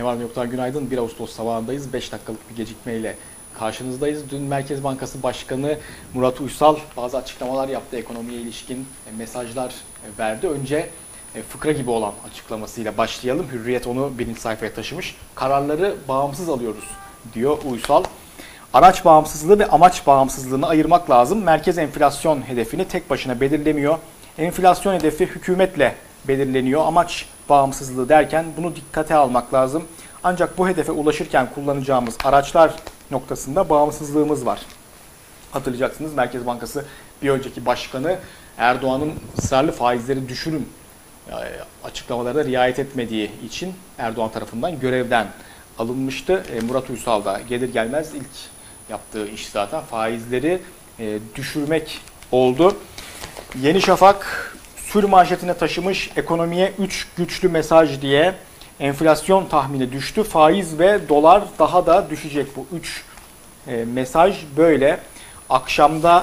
var mı yoktan günaydın. 1 Ağustos sabahındayız. 5 dakikalık bir gecikmeyle karşınızdayız. Dün Merkez Bankası Başkanı Murat Uysal bazı açıklamalar yaptı. Ekonomiye ilişkin mesajlar verdi. Önce fıkra gibi olan açıklamasıyla başlayalım. Hürriyet onu birinci sayfaya taşımış. Kararları bağımsız alıyoruz diyor Uysal. Araç bağımsızlığı ve amaç bağımsızlığını ayırmak lazım. Merkez enflasyon hedefini tek başına belirlemiyor. Enflasyon hedefi hükümetle belirleniyor. Amaç bağımsızlığı derken bunu dikkate almak lazım. Ancak bu hedefe ulaşırken kullanacağımız araçlar noktasında bağımsızlığımız var. Hatırlayacaksınız Merkez Bankası bir önceki başkanı Erdoğan'ın ısrarlı faizleri düşürün açıklamalarına riayet etmediği için Erdoğan tarafından görevden alınmıştı. Murat Uysal da gelir gelmez ilk yaptığı iş zaten faizleri düşürmek oldu. Yeni Şafak sür manşetine taşımış ekonomiye 3 güçlü mesaj diye enflasyon tahmini düştü. Faiz ve dolar daha da düşecek. Bu 3 mesaj böyle. Akşamda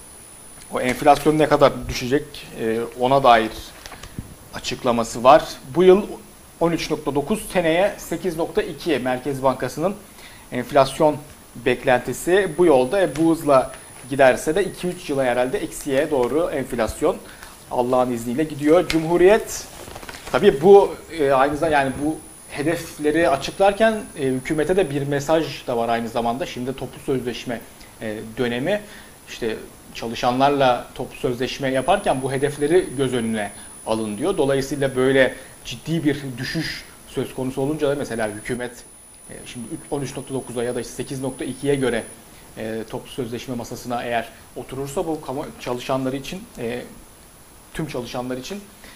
o enflasyon ne kadar düşecek ona dair açıklaması var. Bu yıl 13.9, seneye 8.2 Merkez Bankası'nın enflasyon beklentisi bu yolda. Bu hızla giderse de 2-3 yıla herhalde eksiye doğru enflasyon Allah'ın izniyle gidiyor. Cumhuriyet tabii bu aynı zamanda yani bu hedefleri açıklarken hükümete de bir mesaj da var aynı zamanda. Şimdi toplu sözleşme dönemi, işte çalışanlarla toplu sözleşme yaparken bu hedefleri göz önüne alın diyor. Dolayısıyla böyle ciddi bir düşüş söz konusu olunca da mesela hükümet şimdi 13.9'a ya da 8.2'ye göre toplu sözleşme masasına eğer oturursa bu kamu çalışanları için, tüm çalışanlar için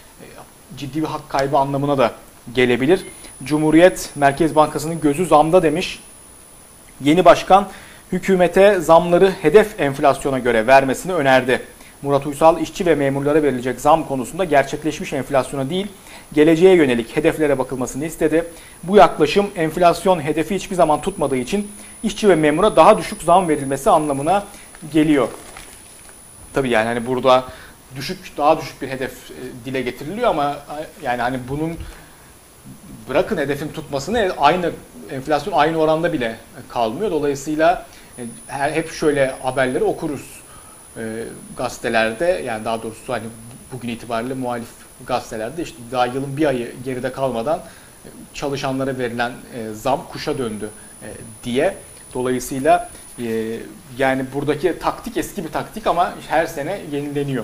ciddi bir hak kaybı anlamına da gelebilir. Cumhuriyet Merkez Bankası'nın gözü zamda demiş. Yeni başkan hükümete zamları hedef enflasyona göre vermesini önerdi. Murat Uysal işçi ve memurlara verilecek zam konusunda gerçekleşmiş enflasyona değil, geleceğe yönelik hedeflere bakılmasını istedi. Bu yaklaşım enflasyon hedefi hiçbir zaman tutmadığı için işçi ve memura daha düşük zam verilmesi anlamına geliyor. Tabii yani hani burada daha düşük bir hedef dile getiriliyor ama yani hani bunun bırakın hedefin tutmasını aynı enflasyon aynı oranda bile kalmıyor. Dolayısıyla hep şöyle haberleri okuruz gazetelerde, yani daha doğrusu hani bugün itibariyle muhalif gazetelerde işte daha yılın bir ayı geride kalmadan çalışanlara verilen zam kuşa döndü diye. Dolayısıyla yani buradaki taktik eski bir taktik ama her sene yenileniyor.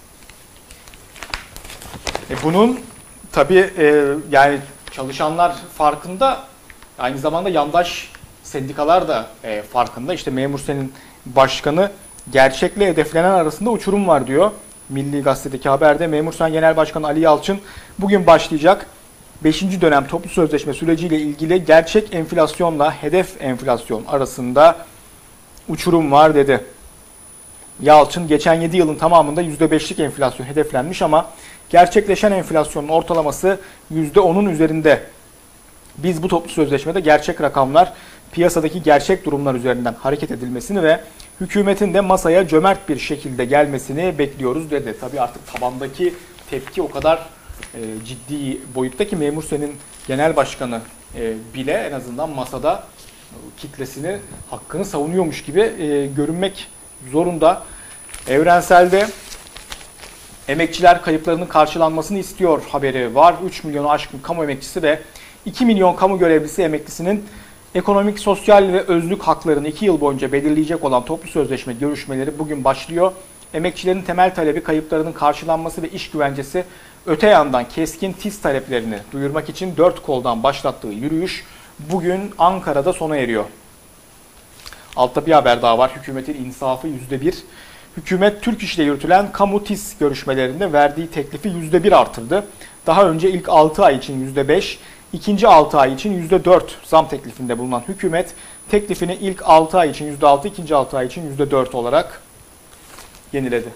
Bunun tabii yani çalışanlar farkında, aynı zamanda yandaş sendikalar da farkında. İşte Memur Sen'in başkanı gerçekle hedeflenen arasında uçurum var diyor. Milli Gazete'deki haberde Memur Sen Genel Başkanı Ali Yalçın bugün başlayacak 5. dönem toplu sözleşme süreciyle ilgili gerçek enflasyonla hedef enflasyon arasında uçurum var dedi. Yalçın geçen 7 yılın tamamında %5'lik enflasyon hedeflenmiş ama gerçekleşen enflasyonun ortalaması %10'un üzerinde. Biz bu toplu sözleşmede gerçek rakamlar, piyasadaki gerçek durumlar üzerinden hareket edilmesini ve hükümetin de masaya cömert bir şekilde gelmesini bekliyoruz dedi. Tabii artık tabandaki tepki o kadar ciddi boyutta ki Memur Sen'in genel başkanı bile en azından masada kitlesini, hakkını savunuyormuş gibi görünmek zorunda. Evrensel'de emekçiler kayıplarının karşılanmasını istiyor haberi var. 3 milyonu aşkın kamu emekçisi ve 2 milyon kamu görevlisi emeklisinin ekonomik, sosyal ve özlük haklarını 2 yıl boyunca belirleyecek olan toplu sözleşme görüşmeleri bugün başlıyor. Emekçilerin temel talebi kayıplarının karşılanması ve iş güvencesi, öte yandan keskin TİS taleplerini duyurmak için 4 koldan başlattığı yürüyüş bugün Ankara'da sona eriyor. Altta bir haber daha var. Hükümetin insafı %1. Hükümet Türk İş'le yürütülen kamu TİS görüşmelerinde verdiği teklifi %1 artırdı. Daha önce ilk 6 ay için %5, ikinci 6 ay için %4 zam teklifinde bulunan hükümet teklifini ilk 6 ay için %6, ikinci 6 ay için %4 olarak yeniledi.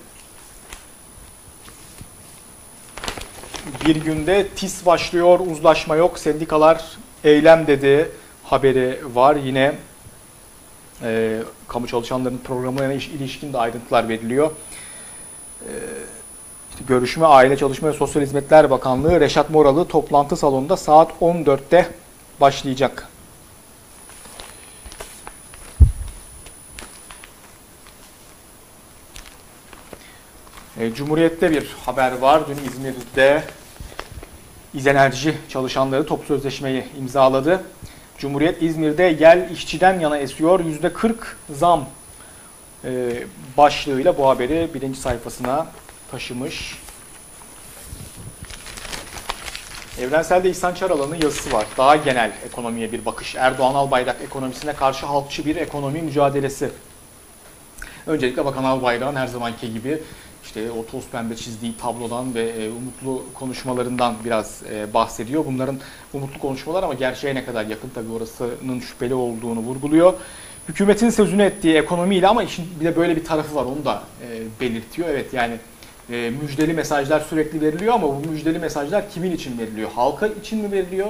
Bir günde TİS başlıyor, uzlaşma yok, sendikalar eylem dedi haberi var. Yine kamu çalışanlarının programına ilişkin de ayrıntılar veriliyor. Görüşme Aile, Çalışma ve Sosyal Hizmetler Bakanlığı Reşat Moralı toplantı salonunda saat 14'te başlayacak. Cumhuriyet'te bir haber var. Dün İzmir'de İzenerji çalışanları toplu sözleşmeyi imzaladı. Cumhuriyet İzmir'de yel işçiden yana esiyor. %40 zam başlığıyla bu haberi birinci sayfasına taşımış. Evrensel'de İhsan Çaralan'ın yazısı var. Daha genel ekonomiye bir bakış. Erdoğan Albayrak ekonomisine karşı halkçı bir ekonomi mücadelesi. Öncelikle Bakan Albayrak'ın her zamanki gibi işte o toz pembe çizdiği tablodan ve umutlu konuşmalarından biraz bahsediyor. Bunların umutlu konuşmalar ama gerçeğe ne kadar yakın tabii orasının şüpheli olduğunu vurguluyor. Hükümetin sözünü ettiği ekonomiyle ama işin bir de böyle bir tarafı var, onu da belirtiyor. Evet, yani müjdeli mesajlar sürekli veriliyor ama bu müjdeli mesajlar kimin için veriliyor? Halka için mi veriliyor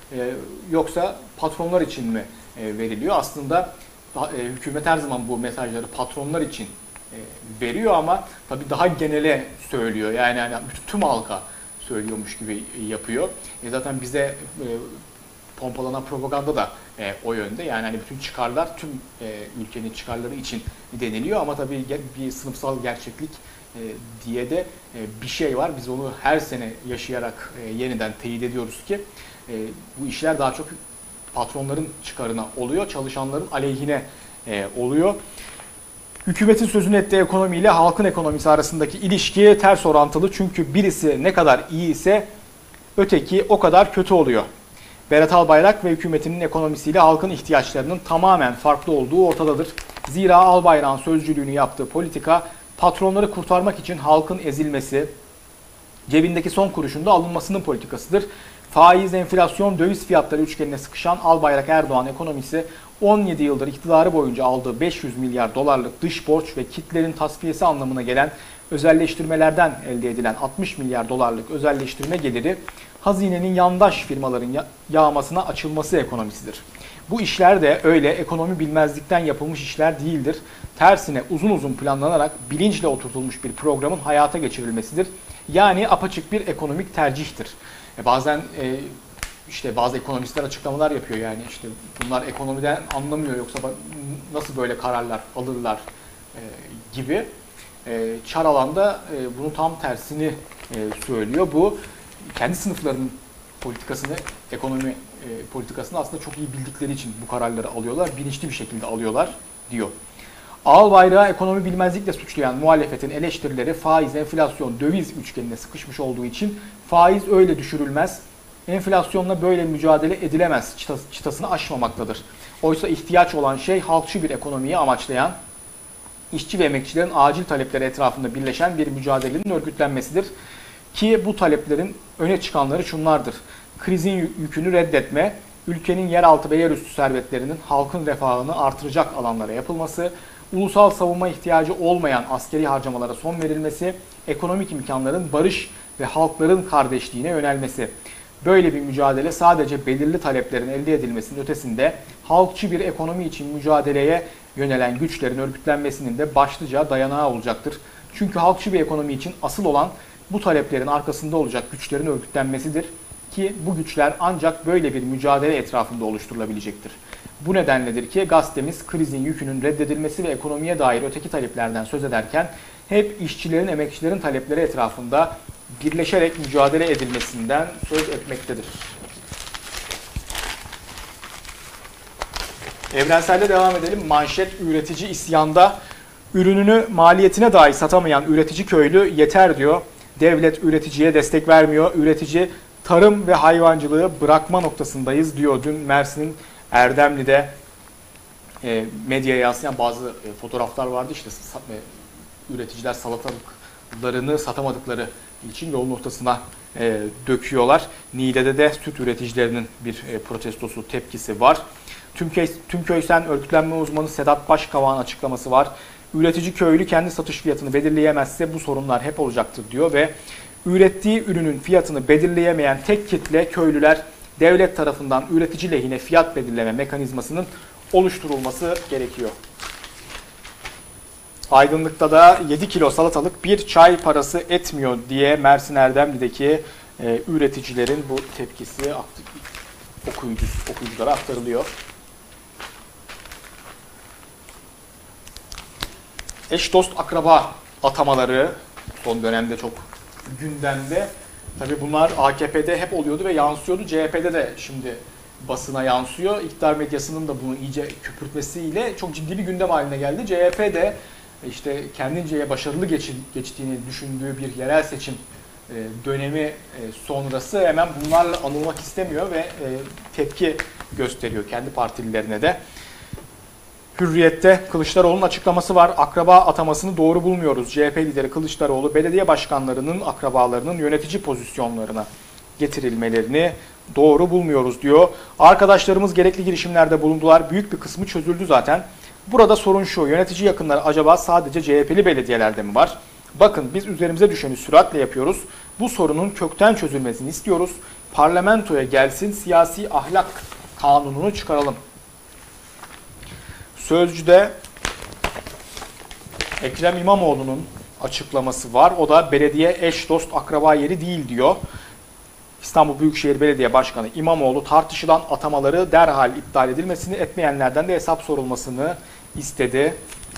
yoksa patronlar için mi veriliyor? Aslında hükümet her zaman bu mesajları patronlar için veriyor ama tabii daha genele söylüyor. Yani tüm halka söylüyormuş gibi yapıyor. Zaten bize pompalanan propaganda da o yönde. Yani hani bütün çıkarlar tüm ülkenin çıkarları için deniliyor ama tabii bir sınıfsal gerçeklik diye de bir şey var. Biz onu her sene yaşayarak yeniden teyit ediyoruz ki bu işler daha çok patronların çıkarına oluyor, çalışanların aleyhine oluyor. Hükümetin sözünü ettiği ekonomiyle halkın ekonomisi arasındaki ilişki ters orantılı, çünkü birisi ne kadar iyi ise öteki o kadar kötü oluyor. Berat Albayrak ve hükümetinin ekonomisiyle halkın ihtiyaçlarının tamamen farklı olduğu ortadadır. Zira Albayrak'ın sözcülüğünü yaptığı politika patronları kurtarmak için halkın ezilmesi, cebindeki son kuruşun da alınmasının politikasıdır. Faiz, enflasyon, döviz fiyatları üçgenine sıkışan Albayrak-Erdoğan ekonomisi 17 yıldır iktidarı boyunca aldığı 500 milyar dolarlık dış borç ve kitlerin tasfiyesi anlamına gelen özelleştirmelerden elde edilen 60 milyar dolarlık özelleştirme geliri hazinenin yandaş firmaların yağmasına açılması ekonomisidir. Bu işler de öyle ekonomi bilmezlikten yapılmış işler değildir. Tersine uzun uzun planlanarak bilinçle oturtulmuş bir programın hayata geçirilmesidir. Yani apaçık bir ekonomik tercihtir. Bazen işte bazı ekonomistler açıklamalar yapıyor, yani işte bunlar ekonomiden anlamıyor yoksa nasıl böyle kararlar alırlar gibi. Çaralan da bunun tam tersini söylüyor. Bu kendi sınıflarının politikasını, ekonomi politikasını aslında çok iyi bildikleri için bu kararları alıyorlar, bilinçli bir şekilde alıyorlar diyor. Albayrak'ı ekonomi bilmezlikle suçlayan muhalefetin eleştirileri faiz, enflasyon, döviz üçgenine sıkışmış olduğu için faiz öyle düşürülmez, enflasyonla böyle mücadele edilemez çıtasını aşmamaktadır. Oysa ihtiyaç olan şey halkçı bir ekonomiyi amaçlayan, işçi ve emekçilerin acil talepleri etrafında birleşen bir mücadelenin örgütlenmesidir. Ki bu taleplerin öne çıkanları şunlardır: krizin yükünü reddetme, ülkenin yeraltı ve yerüstü servetlerinin halkın refahını artıracak alanlara yapılması, ulusal savunma ihtiyacı olmayan askeri harcamalara son verilmesi, ekonomik imkanların barış ve halkların kardeşliğine yönelmesi. Böyle bir mücadele sadece belirli taleplerin elde edilmesinin ötesinde halkçı bir ekonomi için mücadeleye yönelen güçlerin örgütlenmesinin de başlıca dayanağı olacaktır. Çünkü halkçı bir ekonomi için asıl olan bu taleplerin arkasında olacak güçlerin örgütlenmesidir ki bu güçler ancak böyle bir mücadele etrafında oluşturulabilecektir. Bu nedenledir ki gazetemiz krizin yükünün reddedilmesi ve ekonomiye dair öteki taleplerden söz ederken hep işçilerin, emekçilerin talepleri etrafında birleşerek mücadele edilmesinden söz etmektedir. Evrenselde devam edelim. Manşet: üretici isyanda. Ürününü maliyetine dahi satamayan üretici köylü yeter diyor. Devlet üreticiye destek vermiyor. Üretici tarım ve hayvancılığı bırakma noktasındayız diyor. Dün Mersin'in Erdemli'de medyaya yansıyan bazı fotoğraflar vardı. İşte üreticiler salatalıklarını satamadıklı için yolun ortasına döküyorlar. Niğde'de de süt üreticilerinin bir protestosu, tepkisi var. Tümköysen örgütlenme uzmanı Sedat Başkavak'ın açıklaması var. Üretici köylü kendi satış fiyatını belirleyemezse bu sorunlar hep olacaktır diyor ve ürettiği ürünün fiyatını belirleyemeyen tek kitle köylüler, devlet tarafından üretici lehine fiyat belirleme mekanizmasının oluşturulması gerekiyor. Aydınlık'ta da 7 kilo salatalık bir çay parası etmiyor diye Mersin Erdemli'deki üreticilerin bu tepkisi okuyuculara aktarılıyor. Eş dost akraba atamaları son dönemde çok gündemde. Tabii bunlar AKP'de hep oluyordu ve yansıyordu. CHP'de de şimdi basına yansıyor. İktidar medyasının da bunu iyice köpürtmesiyle çok ciddi bir gündem haline geldi. CHP de işte kendince başarılı geçtiğini düşündüğü bir yerel seçim dönemi sonrası hemen bunlarla anılmak istemiyor ve tepki gösteriyor kendi partililerine de. Hürriyet'te Kılıçdaroğlu'nun açıklaması var. Akraba atamasını doğru bulmuyoruz. CHP lideri Kılıçdaroğlu belediye başkanlarının akrabalarının yönetici pozisyonlarına getirilmelerini doğru bulmuyoruz diyor. Arkadaşlarımız gerekli girişimlerde bulundular. Büyük bir kısmı çözüldü zaten. Burada sorun şu. Yönetici yakınları acaba sadece CHP'li belediyelerde mi var? Bakın biz üzerimize düşeni süratle yapıyoruz. Bu sorunun kökten çözülmesini istiyoruz. Parlamentoya gelsin, siyasi ahlak kanununu çıkaralım. Sözcü'de Ekrem İmamoğlu'nun açıklaması var. O da belediye eş dost akraba yeri değil diyor. İstanbul Büyükşehir Belediye Başkanı İmamoğlu tartışılan atamaları derhal iptal edilmesini, etmeyenlerden de hesap sorulmasını istedi.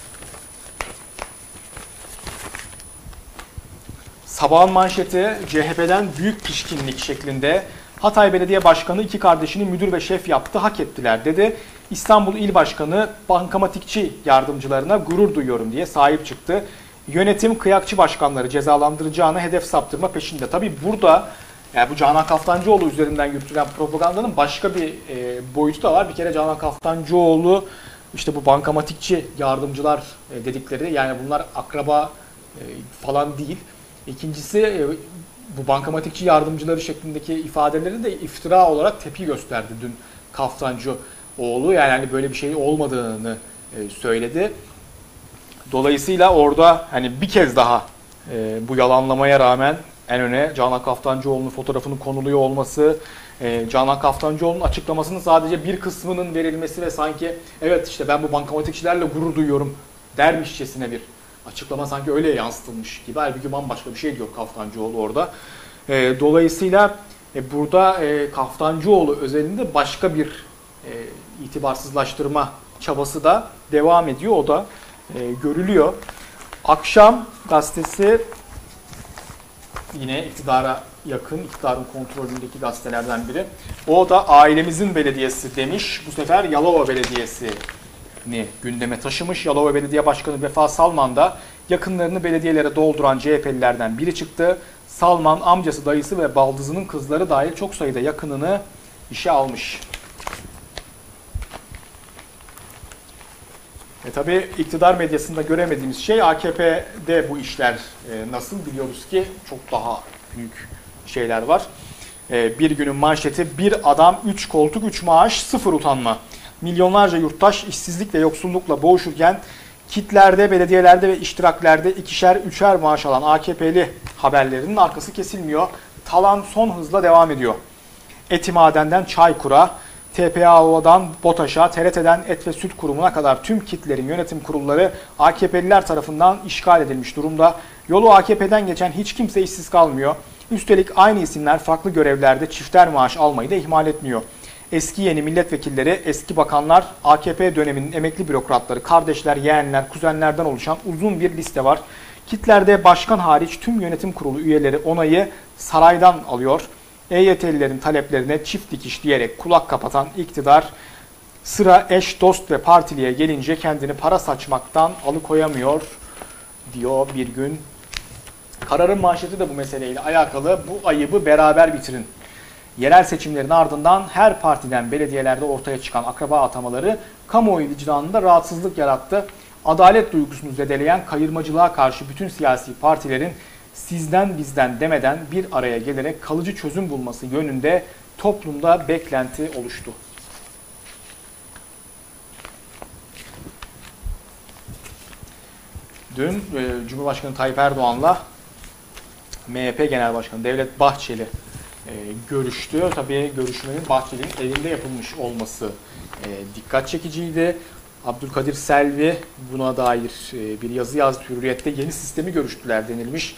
Sabahın manşeti CHP'den büyük pişkinlik şeklinde. Hatay Belediye Başkanı iki kardeşini müdür ve şef yaptı, hak ettiler dedi. İstanbul İl Başkanı bankamatikçi yardımcılarına gurur duyuyorum diye sahip çıktı. Yönetim kıyakçı başkanları cezalandıracağını hedef saptırma peşinde. Tabii burada yani bu Canan Kaftancıoğlu üzerinden yürütülen propagandanın başka bir boyutu da var. Bir kere Canan Kaftancıoğlu işte bu bankamatikçi yardımcılar dedikleri, yani bunlar akraba falan değil. İkincisi bu bankamatikçi yardımcıları şeklindeki ifadeleri de iftira olarak tepki gösterdi dün Kaftancıoğlu. Yani hani böyle bir şey olmadığını söyledi. Dolayısıyla orada hani bir kez daha bu yalanlamaya rağmen en öne Canan Kaftancıoğlu'nun fotoğrafının konuluyor olması, Canan Kaftancıoğlu'nun açıklamasının sadece bir kısmının verilmesi ve sanki evet işte ben bu bankamatikçilerle gurur duyuyorum dermişçesine bir açıklama sanki öyle yansıtılmış gibi. Halbuki bambaşka bir şey diyor Kaftancıoğlu orada. Dolayısıyla burada Kaftancıoğlu özelinde başka bir itibarsızlaştırma çabası da devam ediyor. O da görülüyor. Akşam gazetesi yine iktidara yakın, iktidarın kontrolündeki gazetelerden biri. O da ailemizin belediyesi demiş. Bu sefer Yalova Belediyesi'ni gündeme taşımış. Yalova Belediye Başkanı Vefa Salman da yakınlarını belediyelere dolduran CHP'lilerden biri çıktı. Salman amcası, dayısı ve baldızının kızları dahil çok sayıda yakınını işe almış. Tabii iktidar medyasında göremediğimiz şey AKP'de bu işler nasıl, biliyoruz ki çok daha büyük şeyler var. Bir günün manşeti: bir adam, 3 koltuk, 3 maaş, 0 utanma. Milyonlarca yurttaş işsizlik ve yoksullukla boğuşurken kitlerde, belediyelerde ve iştiraklerde ikişer, üçer maaş alan AKP'li haberlerinin arkası kesilmiyor. Talan son hızla devam ediyor. Etimaden'den Çaykur'a, TPAO'dan BOTAŞ'a, TRT'den Et ve Süt Kurumu'na kadar tüm kitlerin yönetim kurulları AKP'liler tarafından işgal edilmiş durumda. Yolu AKP'den geçen hiç kimse işsiz kalmıyor. Üstelik aynı isimler farklı görevlerde çifter maaş almayı da ihmal etmiyor. Eski yeni milletvekilleri, eski bakanlar, AKP döneminin emekli bürokratları, kardeşler, yeğenler, kuzenlerden oluşan uzun bir liste var. Kitlerde başkan hariç tüm yönetim kurulu üyeleri onayı saraydan alıyor. EYT'lilerin taleplerine çift dikiş diyerek kulak kapatan iktidar, sıra eş, dost ve partiliye gelince kendini para saçmaktan alıkoyamıyor diyor Bir Gün. Kararın manşeti de bu meseleyle alakalı. Bu ayıbı beraber bitirin. Yerel seçimlerin ardından her partiden belediyelerde ortaya çıkan akraba atamaları kamuoyu vicdanında rahatsızlık yarattı. Adalet duygusunu zedeleyen kayırmacılığa karşı bütün siyasi partilerin sizden bizden demeden bir araya gelerek kalıcı çözüm bulması yönünde toplumda beklenti oluştu. Dün Cumhurbaşkanı Tayyip Erdoğan'la MHP Genel Başkanı Devlet Bahçeli görüştü. Tabii görüşmenin Bahçeli'nin evinde yapılmış olması dikkat çekiciydi. Abdülkadir Selvi buna dair bir yazı yazdı. Hürriyet'te yeni sistemi görüştüler denilmiş.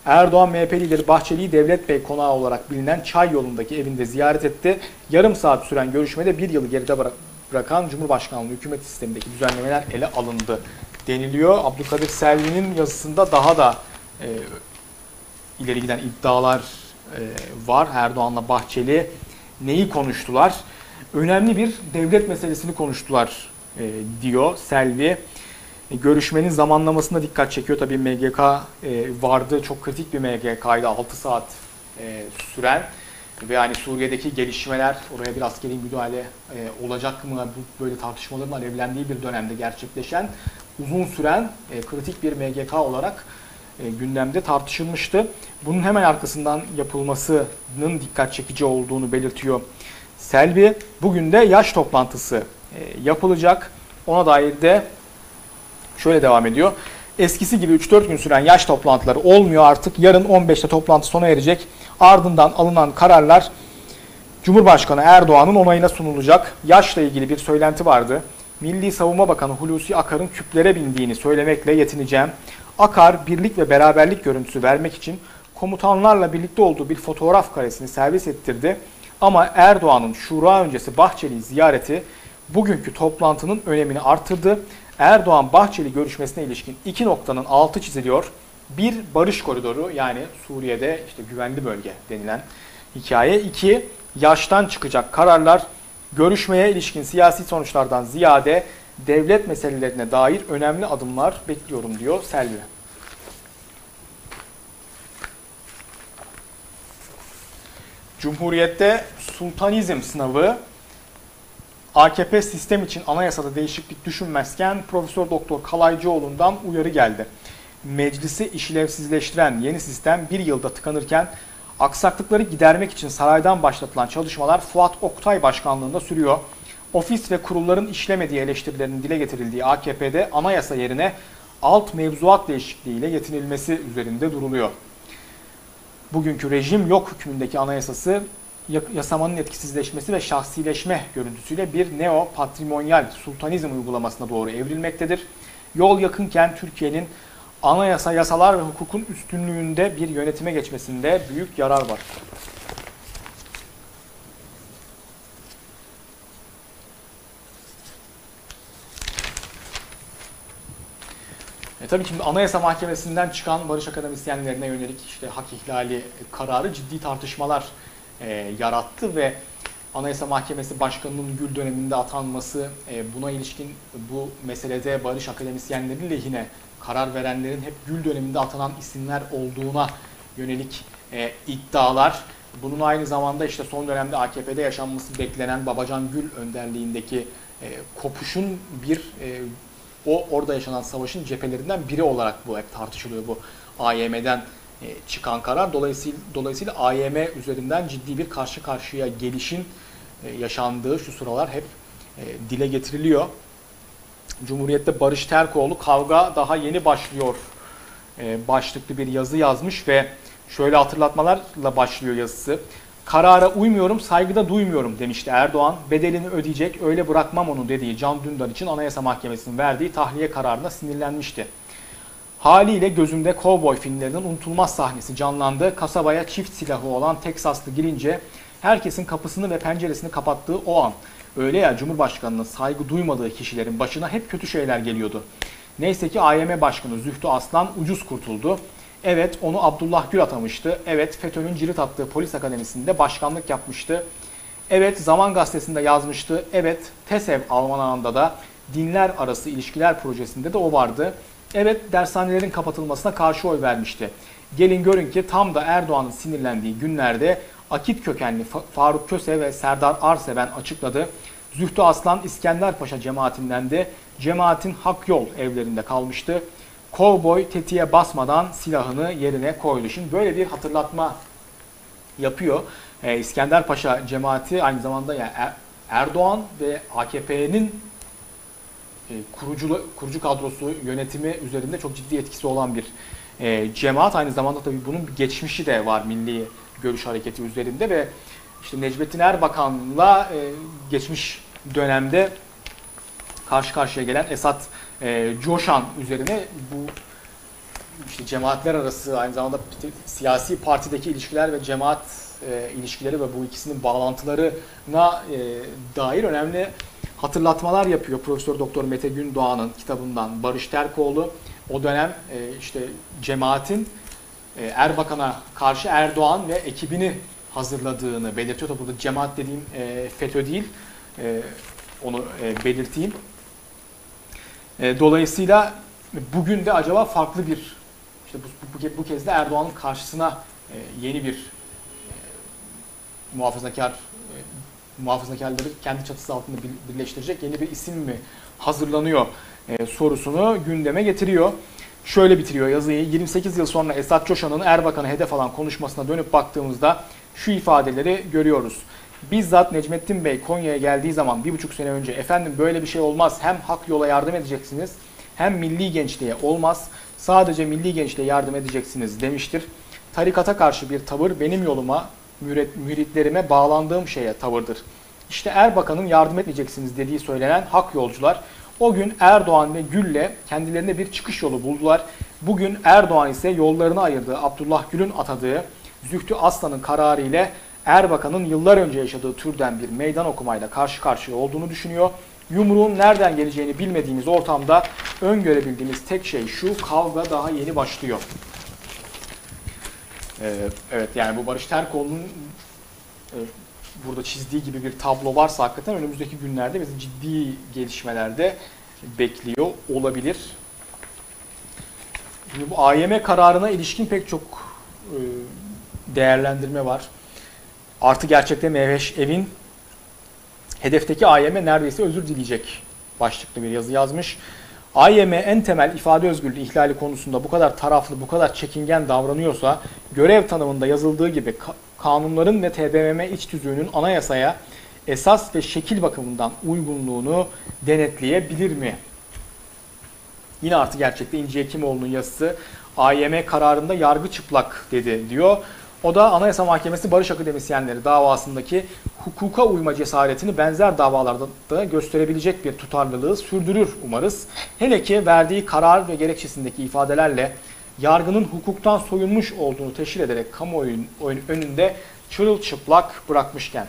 Erdoğan MHP lideri Bahçeli'yi Devlet Bey konağı olarak bilinen Çay yolundaki evinde ziyaret etti. Yarım saat süren görüşmede bir yılı geride bırakan Cumhurbaşkanlığı hükümet sistemindeki düzenlemeler ele alındı deniliyor. Abdülkadir Selvi'nin yazısında daha da ileri giden iddialar var. Erdoğan'la Bahçeli neyi konuştular? Önemli bir devlet meselesini konuştular diyor Selvi. Görüşmenin zamanlamasına dikkat çekiyor. Tabii MGK vardı. Çok kritik bir MGK'ydı. 6 saat süren ve hani Suriye'deki gelişmeler, oraya bir askeri müdahale olacak mı? Böyle tartışmaların alevlendiği bir dönemde gerçekleşen, uzun süren kritik bir MGK olarak gündemde tartışılmıştı. Bunun hemen arkasından yapılmasının dikkat çekici olduğunu belirtiyor Selvi. Bugün de yaş toplantısı yapılacak. Ona dair de şöyle devam ediyor. Eskisi gibi 3-4 gün süren yaş toplantıları olmuyor artık. Yarın 15'te toplantı sona erecek. Ardından alınan kararlar Cumhurbaşkanı Erdoğan'ın onayına sunulacak. Yaşla ilgili bir söylenti vardı. Milli Savunma Bakanı Hulusi Akar'ın küplere bindiğini söylemekle yetineceğim. Akar, birlik ve beraberlik görüntüsü vermek için komutanlarla birlikte olduğu bir fotoğraf karesini servis ettirdi. Ama Erdoğan'ın şura öncesi Bahçeli'yi ziyareti bugünkü toplantının önemini artırdı. Erdoğan-Bahçeli görüşmesine ilişkin iki noktanın altı çiziliyor. Bir, barış koridoru, yani Suriye'de işte güvenli bölge denilen hikaye. İki, yaştan çıkacak kararlar. Görüşmeye ilişkin siyasi sonuçlardan ziyade devlet meselelerine dair önemli adımlar bekliyorum diyor Selvi. Cumhuriyet'te sultanizm sınavı. AKP sistem için anayasada değişiklik düşünmezken Profesör Doktor Kalaycıoğlu'ndan uyarı geldi. Meclisi işlevsizleştiren yeni sistem bir yılda tıkanırken aksaklıkları gidermek için saraydan başlatılan çalışmalar Fuat Oktay başkanlığında sürüyor. Ofis ve kurulların işlemediği eleştirilerinin dile getirildiği AKP'de anayasa yerine alt mevzuat değişikliğiyle yetinilmesi üzerinde duruluyor. Bugünkü rejim yok hükmündeki anayasası yasamanın etkisizleşmesi ve şahsileşme görüntüsüyle bir neo-patrimonyal sultanizm uygulamasına doğru evrilmektedir. Yol yakınken Türkiye'nin anayasa, yasalar ve hukukun üstünlüğünde bir yönetime geçmesinde büyük yarar var. Tabii şimdi Anayasa Mahkemesi'nden çıkan barış akademisyenlerine yönelik işte hak ihlali kararı ciddi tartışmalar yarattı ve Anayasa Mahkemesi Başkanı'nın Gül döneminde atanması, buna ilişkin bu meselede barış akademisyenleri lehine karar verenlerin hep Gül döneminde atanan isimler olduğuna yönelik iddialar. Bunun aynı zamanda işte son dönemde AKP'de yaşanması beklenen Babacan Gül önderliğindeki kopuşun bir orada yaşanan savaşın cephelerinden biri olarak bu hep tartışılıyor, bu AYM'den çıkan karar. Dolayısıyla AYM üzerinden ciddi bir karşı karşıya gelişin yaşandığı şu sıralar hep dile getiriliyor. Cumhuriyet'te Barış Terkoğlu kavga daha yeni başlıyor başlıklı bir yazı yazmış ve şöyle hatırlatmalarla başlıyor yazısı. Karara uymuyorum, saygıda duymuyorum demişti Erdoğan. Bedelini ödeyecek, öyle bırakmam onu dediği Can Dündar için Anayasa Mahkemesi'nin verdiği tahliye kararına sinirlenmişti. Haliyle gözümde kovboy filmlerinin unutulmaz sahnesi canlandı. Kasabaya çift silahı olan Teksaslı girince herkesin kapısını ve penceresini kapattığı o an. Öyle ya, Cumhurbaşkanı'nın saygı duymadığı kişilerin başına hep kötü şeyler geliyordu. Neyse ki AYM Başkanı Zühtü Aslan ucuz kurtuldu. Evet, onu Abdullah Gül atamıştı. Evet, FETÖ'nün cirit attığı polis akademisinde başkanlık yapmıştı. Evet, Zaman Gazetesi'nde yazmıştı. Evet, TESEV Alman ağında da dinler arası ilişkiler projesinde de o vardı. Evet, dershanelerin kapatılmasına karşı oy vermişti. Gelin görün ki tam da Erdoğan'ın sinirlendiği günlerde Akit kökenli Faruk Köse ve Serdar Arseven açıkladı. Zühtü Aslan İskenderpaşa cemaatinden de cemaatin hak yol evlerinde kalmıştı. Kovboy tetiğe basmadan silahını yerine koydu. Şimdi böyle bir hatırlatma yapıyor. İskenderpaşa cemaati aynı zamanda yani Erdoğan ve AKP'nin kurucu kadrosu, yönetimi üzerinde çok ciddi etkisi olan bir cemaat. Aynı zamanda tabii bunun bir geçmişi de var Milli Görüş Hareketi üzerinde ve işte Necmettin Erbakan'la geçmiş dönemde karşı karşıya gelen Esat Coşan üzerine bu işte cemaatler arası, aynı zamanda siyasi partideki ilişkiler ve cemaat ilişkileri ve bu ikisinin bağlantılarına dair önemli hatırlatmalar yapıyor Profesör Doktor Mete Gündoğan'ın kitabından Barış Terkoğlu. O dönem işte cemaatin Erbakan'a karşı Erdoğan ve ekibini hazırladığını belirtiyor. Tabi burada cemaat dediğim FETÖ değil, onu belirteyim. Dolayısıyla bugün de acaba farklı bir, işte bu kez de Erdoğan'ın karşısına yeni bir muhafazakarları kendi çatısı altında birleştirecek yeni bir isim mi hazırlanıyor sorusunu gündeme getiriyor. Şöyle bitiriyor yazıyı: 28 yıl sonra Esat Coşan'ın Erbakan'a hedef alan konuşmasına dönüp baktığımızda şu ifadeleri görüyoruz. Bizzat Necmettin Bey Konya'ya geldiği zaman 1,5 sene önce efendim böyle bir şey olmaz, hem hak yola yardım edeceksiniz hem milli gençliğe olmaz, sadece milli gençliğe yardım edeceksiniz demiştir. Tarikata karşı bir tavır benim yoluma, müritlerime bağlandığım şeye tavırdır. İşte Erbakan'ın yardım etmeyeceksiniz dediği söylenen hak yolcular o gün Erdoğan ve Gül'le kendilerine bir çıkış yolu buldular. Bugün Erdoğan ise yollarını ayırdığı, Abdullah Gül'ün atadığı Zühtü Aslan'ın kararı ile Erbakan'ın yıllar önce yaşadığı türden bir meydan okumayla karşı karşıya olduğunu düşünüyor. Yumruğun nereden geleceğini bilmediğimiz ortamda öngörebildiğimiz tek şey şu: kavga daha yeni başlıyor. Evet, yani bu Barış Terkoğlu'nun burada çizdiği gibi bir tablo varsa hakikaten önümüzdeki günlerde bizi ciddi gelişmelerde bekliyor olabilir. Şimdi bu AYM kararına ilişkin pek çok değerlendirme var. Artı gerçekte Mehveş Evin hedefteki AYM neredeyse özür dileyecek başlıklı bir yazı yazmış. AYM en temel ifade özgürlüğü ihlali konusunda bu kadar taraflı, bu kadar çekingen davranıyorsa görev tanımında yazıldığı gibi kanunların ve TBMM iç tüzüğünün anayasaya esas ve şekil bakımından uygunluğunu denetleyebilir mi? Yine artı gerçekte İnci Hekimoğlu'nun yazısı AYM kararında yargı çıplak dedi diyor. O da Anayasa Mahkemesi Barış Akademisyenleri davasındaki hukuka uyma cesaretini benzer davalarda da gösterebilecek bir tutarlılığı sürdürür umarız. Hele ki verdiği karar ve gerekçesindeki ifadelerle yargının hukuktan soyunmuş olduğunu teşhir ederek kamuoyunun önünde çırılçıplak bırakmışken.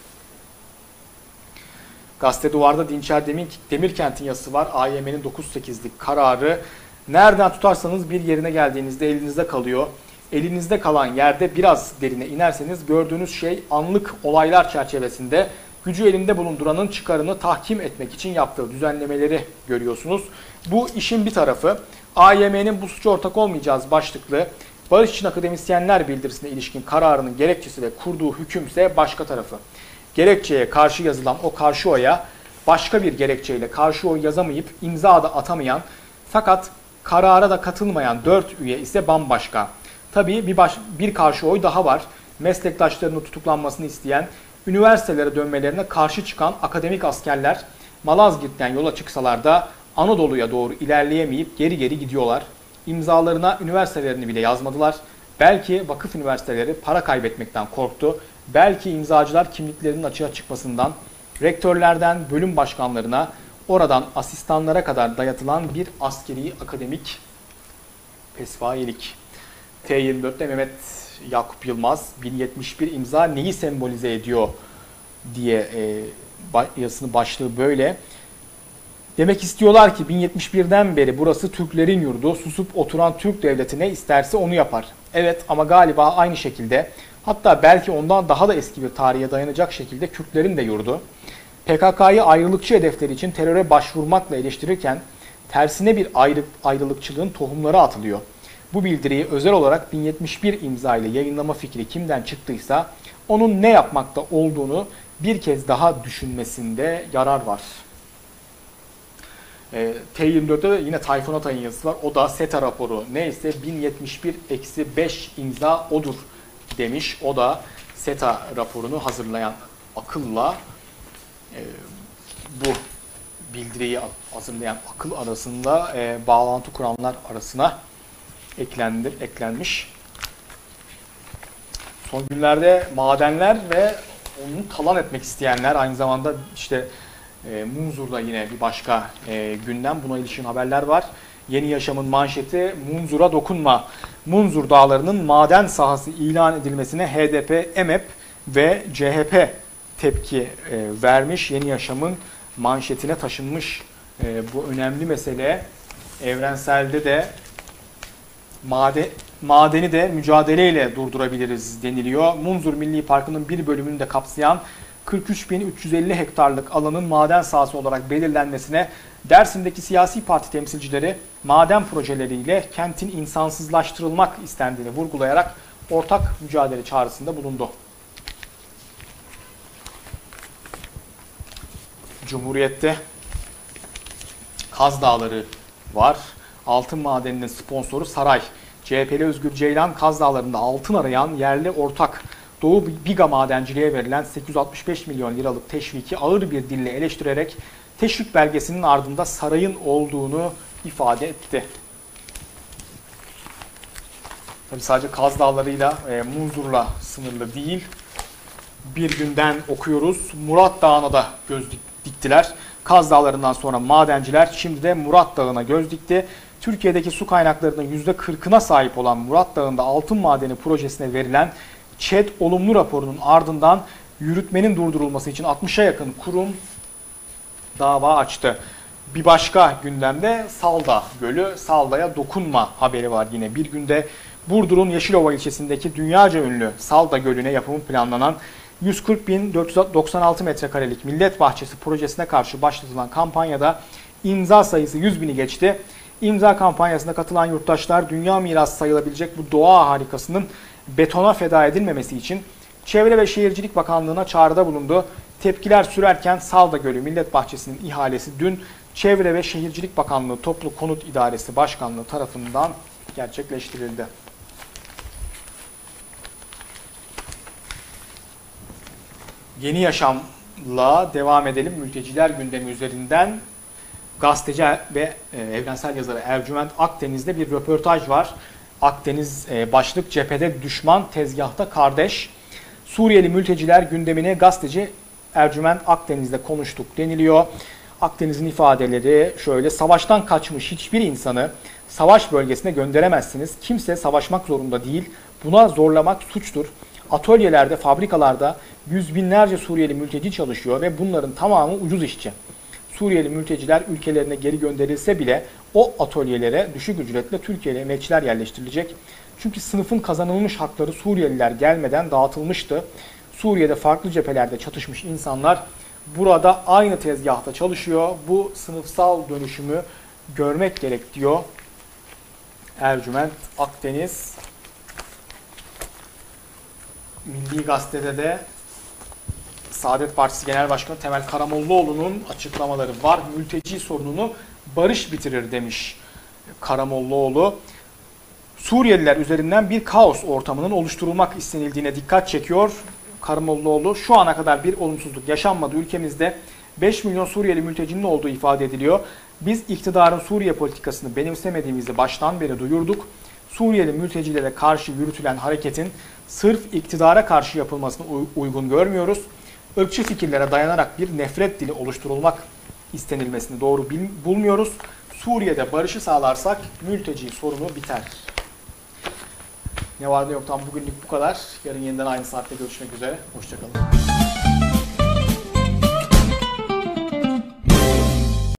Gazete Duvar'da Dinçer Demirkent'in yazısı var. AYM'nin 9-8'lik kararı. Nereden tutarsanız bir yerine geldiğinizde elinizde kalıyor. Elinizde kalan yerde biraz derine inerseniz gördüğünüz şey anlık olaylar çerçevesinde gücü elinde bulunduranın çıkarını tahkim etmek için yaptığı düzenlemeleri görüyorsunuz. Bu işin bir tarafı. AYM'nin bu suça ortak olmayacağız başlıklı Barış için Akademisyenler bildirisine ilişkin kararının gerekçesi ve kurduğu hükümse başka tarafı. Gerekçeye karşı yazılan o karşı oya başka bir gerekçeyle karşı oy yazamayıp imza da atamayan fakat karara da katılmayan 4 üye ise bambaşka. Tabii bir karşı oy daha var. Meslektaşlarının tutuklanmasını isteyen, üniversitelere dönmelerine karşı çıkan akademik askerler Malazgirt'ten yola çıksalar da Anadolu'ya doğru ilerleyemeyip geri geri gidiyorlar. İmzalarına üniversitelerini bile yazmadılar. Belki vakıf üniversiteleri para kaybetmekten korktu. Belki imzacılar kimliklerinin açığa çıkmasından, rektörlerden bölüm başkanlarına, oradan asistanlara kadar dayatılan bir askeri akademik pespayelik. T24'te Mehmet Yakup Yılmaz 1071 imza neyi sembolize ediyor diye yazısının başlığı böyle. Demek istiyorlar ki 1071'den beri burası Türklerin yurdu, susup oturan Türk devleti ne isterse onu yapar. Evet, ama galiba aynı şekilde, hatta belki ondan daha da eski bir tarihe dayanacak şekilde Kürtlerin de yurdu. PKK'yı ayrılıkçı hedefleri için teröre başvurmakla eleştirirken tersine bir ayrılıkçılığın tohumları atılıyor. Bu bildiriyi özel olarak 1071 imza ile yayınlama fikri kimden çıktıysa onun ne yapmakta olduğunu bir kez daha düşünmesinde yarar var. T24'te de yine Tayfun Atay'ın yazısı var. O da SETA raporu neyse 1071-5 imza odur demiş. O da SETA raporunu hazırlayan akılla bu bildiriyi hazırlayan akıl arasında bağlantı kuranlar arasına eklenmiş. Son günlerde madenler ve onu talan etmek isteyenler, aynı zamanda işte Munzur'da yine bir başka gündem, buna ilişkin haberler var. Yeni Yaşam'ın manşeti Munzur'a dokunma. Munzur dağlarının maden sahası ilan edilmesine HDP, EMEP ve CHP tepki vermiş. Yeni Yaşam'ın manşetine taşınmış bu önemli mesele. Evrenselde de madeni de mücadeleyle durdurabiliriz deniliyor. Munzur Milli Parkı'nın bir bölümünü de kapsayan 43.350 hektarlık alanın maden sahası olarak belirlenmesine Dersim'deki siyasi parti temsilcileri maden projeleriyle kentin insansızlaştırılmak istendiğini vurgulayarak ortak mücadele çağrısında bulundu. Cumhuriyet'te Kaz Dağları var. Altın madeninin sponsoru Saray. CHP'li Özgür Ceylan, Kaz Dağları'nda altın arayan yerli ortak Doğu Biga Madenciliğe verilen 865 milyon liralık teşviki ağır bir dille eleştirerek teşvik belgesinin ardında sarayın olduğunu ifade etti. Tabii sadece Kaz Dağları'yla, Munzur'la sınırlı değil. Bir günden okuyoruz. Murat Dağı'na da göz diktiler. Kaz Dağları'ndan sonra madenciler şimdi de Murat Dağı'na göz dikti. Türkiye'deki su kaynaklarının %40'ına sahip olan Murat Dağı'nda altın madeni projesine verilen ÇED olumlu raporunun ardından yürütmenin durdurulması için 60'a yakın kurum dava açtı. Bir başka gündemde Salda Gölü, Salda'ya dokunma haberi var yine. Bir günde Burdur'un Yeşilova ilçesindeki dünyaca ünlü Salda Gölü'ne yapımı planlanan 140.496 metrekarelik Millet Bahçesi projesine karşı başlatılan kampanyada imza sayısı 100.000'i geçti. İmza kampanyasına katılan yurttaşlar dünya mirası sayılabilecek bu doğa harikasının betona feda edilmemesi için Çevre ve Şehircilik Bakanlığı'na çağrıda bulundu. Tepkiler sürerken Salda Gölü Millet Bahçesi'nin ihalesi dün Çevre ve Şehircilik Bakanlığı Toplu Konut İdaresi Başkanlığı tarafından gerçekleştirildi. Yeni Yaşam'la devam edelim. Mülteciler gündemi üzerinden gazeteci ve evrensel yazarı Ercüment Akdeniz'de bir röportaj var. Akdeniz başlık cephede düşman, tezgahta kardeş. Suriyeli mülteciler gündemine gazeteci Ercüment Akdeniz'de konuştuk deniliyor. Akdeniz'in ifadeleri şöyle: savaştan kaçmış hiçbir insanı savaş bölgesine gönderemezsiniz. Kimse savaşmak zorunda değil. Buna zorlamak suçtur. Atölyelerde, fabrikalarda yüz binlerce Suriyeli mülteci çalışıyor ve bunların tamamı ucuz işçi. Suriyeli mülteciler ülkelerine geri gönderilse bile o atölyelere düşük ücretle Türkiye'li emekçiler yerleştirilecek. Çünkü sınıfın kazanılmış hakları Suriyeliler gelmeden dağıtılmıştı. Suriye'de farklı cephelerde çatışmış insanlar burada aynı tezgahta çalışıyor. Bu sınıfsal dönüşümü görmek gerek diyor Ercüment Akdeniz. Milli Gazete'de de Saadet Partisi Genel Başkanı Temel Karamollaoğlu'nun açıklamaları var. Mülteci sorununu barış bitirir demiş Karamollaoğlu. Suriyeliler üzerinden bir kaos ortamının oluşturulmak istenildiğine dikkat çekiyor Karamollaoğlu. Şu ana kadar bir olumsuzluk yaşanmadı. Ülkemizde 5 milyon Suriyeli mültecinin olduğu ifade ediliyor. Biz iktidarın Suriye politikasını benimsemediğimizi baştan beri duyurduk. Suriyeli mültecilere karşı yürütülen hareketin sırf iktidara karşı yapılmasını uygun görmüyoruz. Irkçı fikirlere dayanarak bir nefret dili oluşturulmak istenilmesini doğru bulmuyoruz. Suriye'de barışı sağlarsak mülteci sorunu biter. Ne var ne yoktan bugünlük bu kadar. Yarın yeniden aynı saatte görüşmek üzere. Hoşçakalın.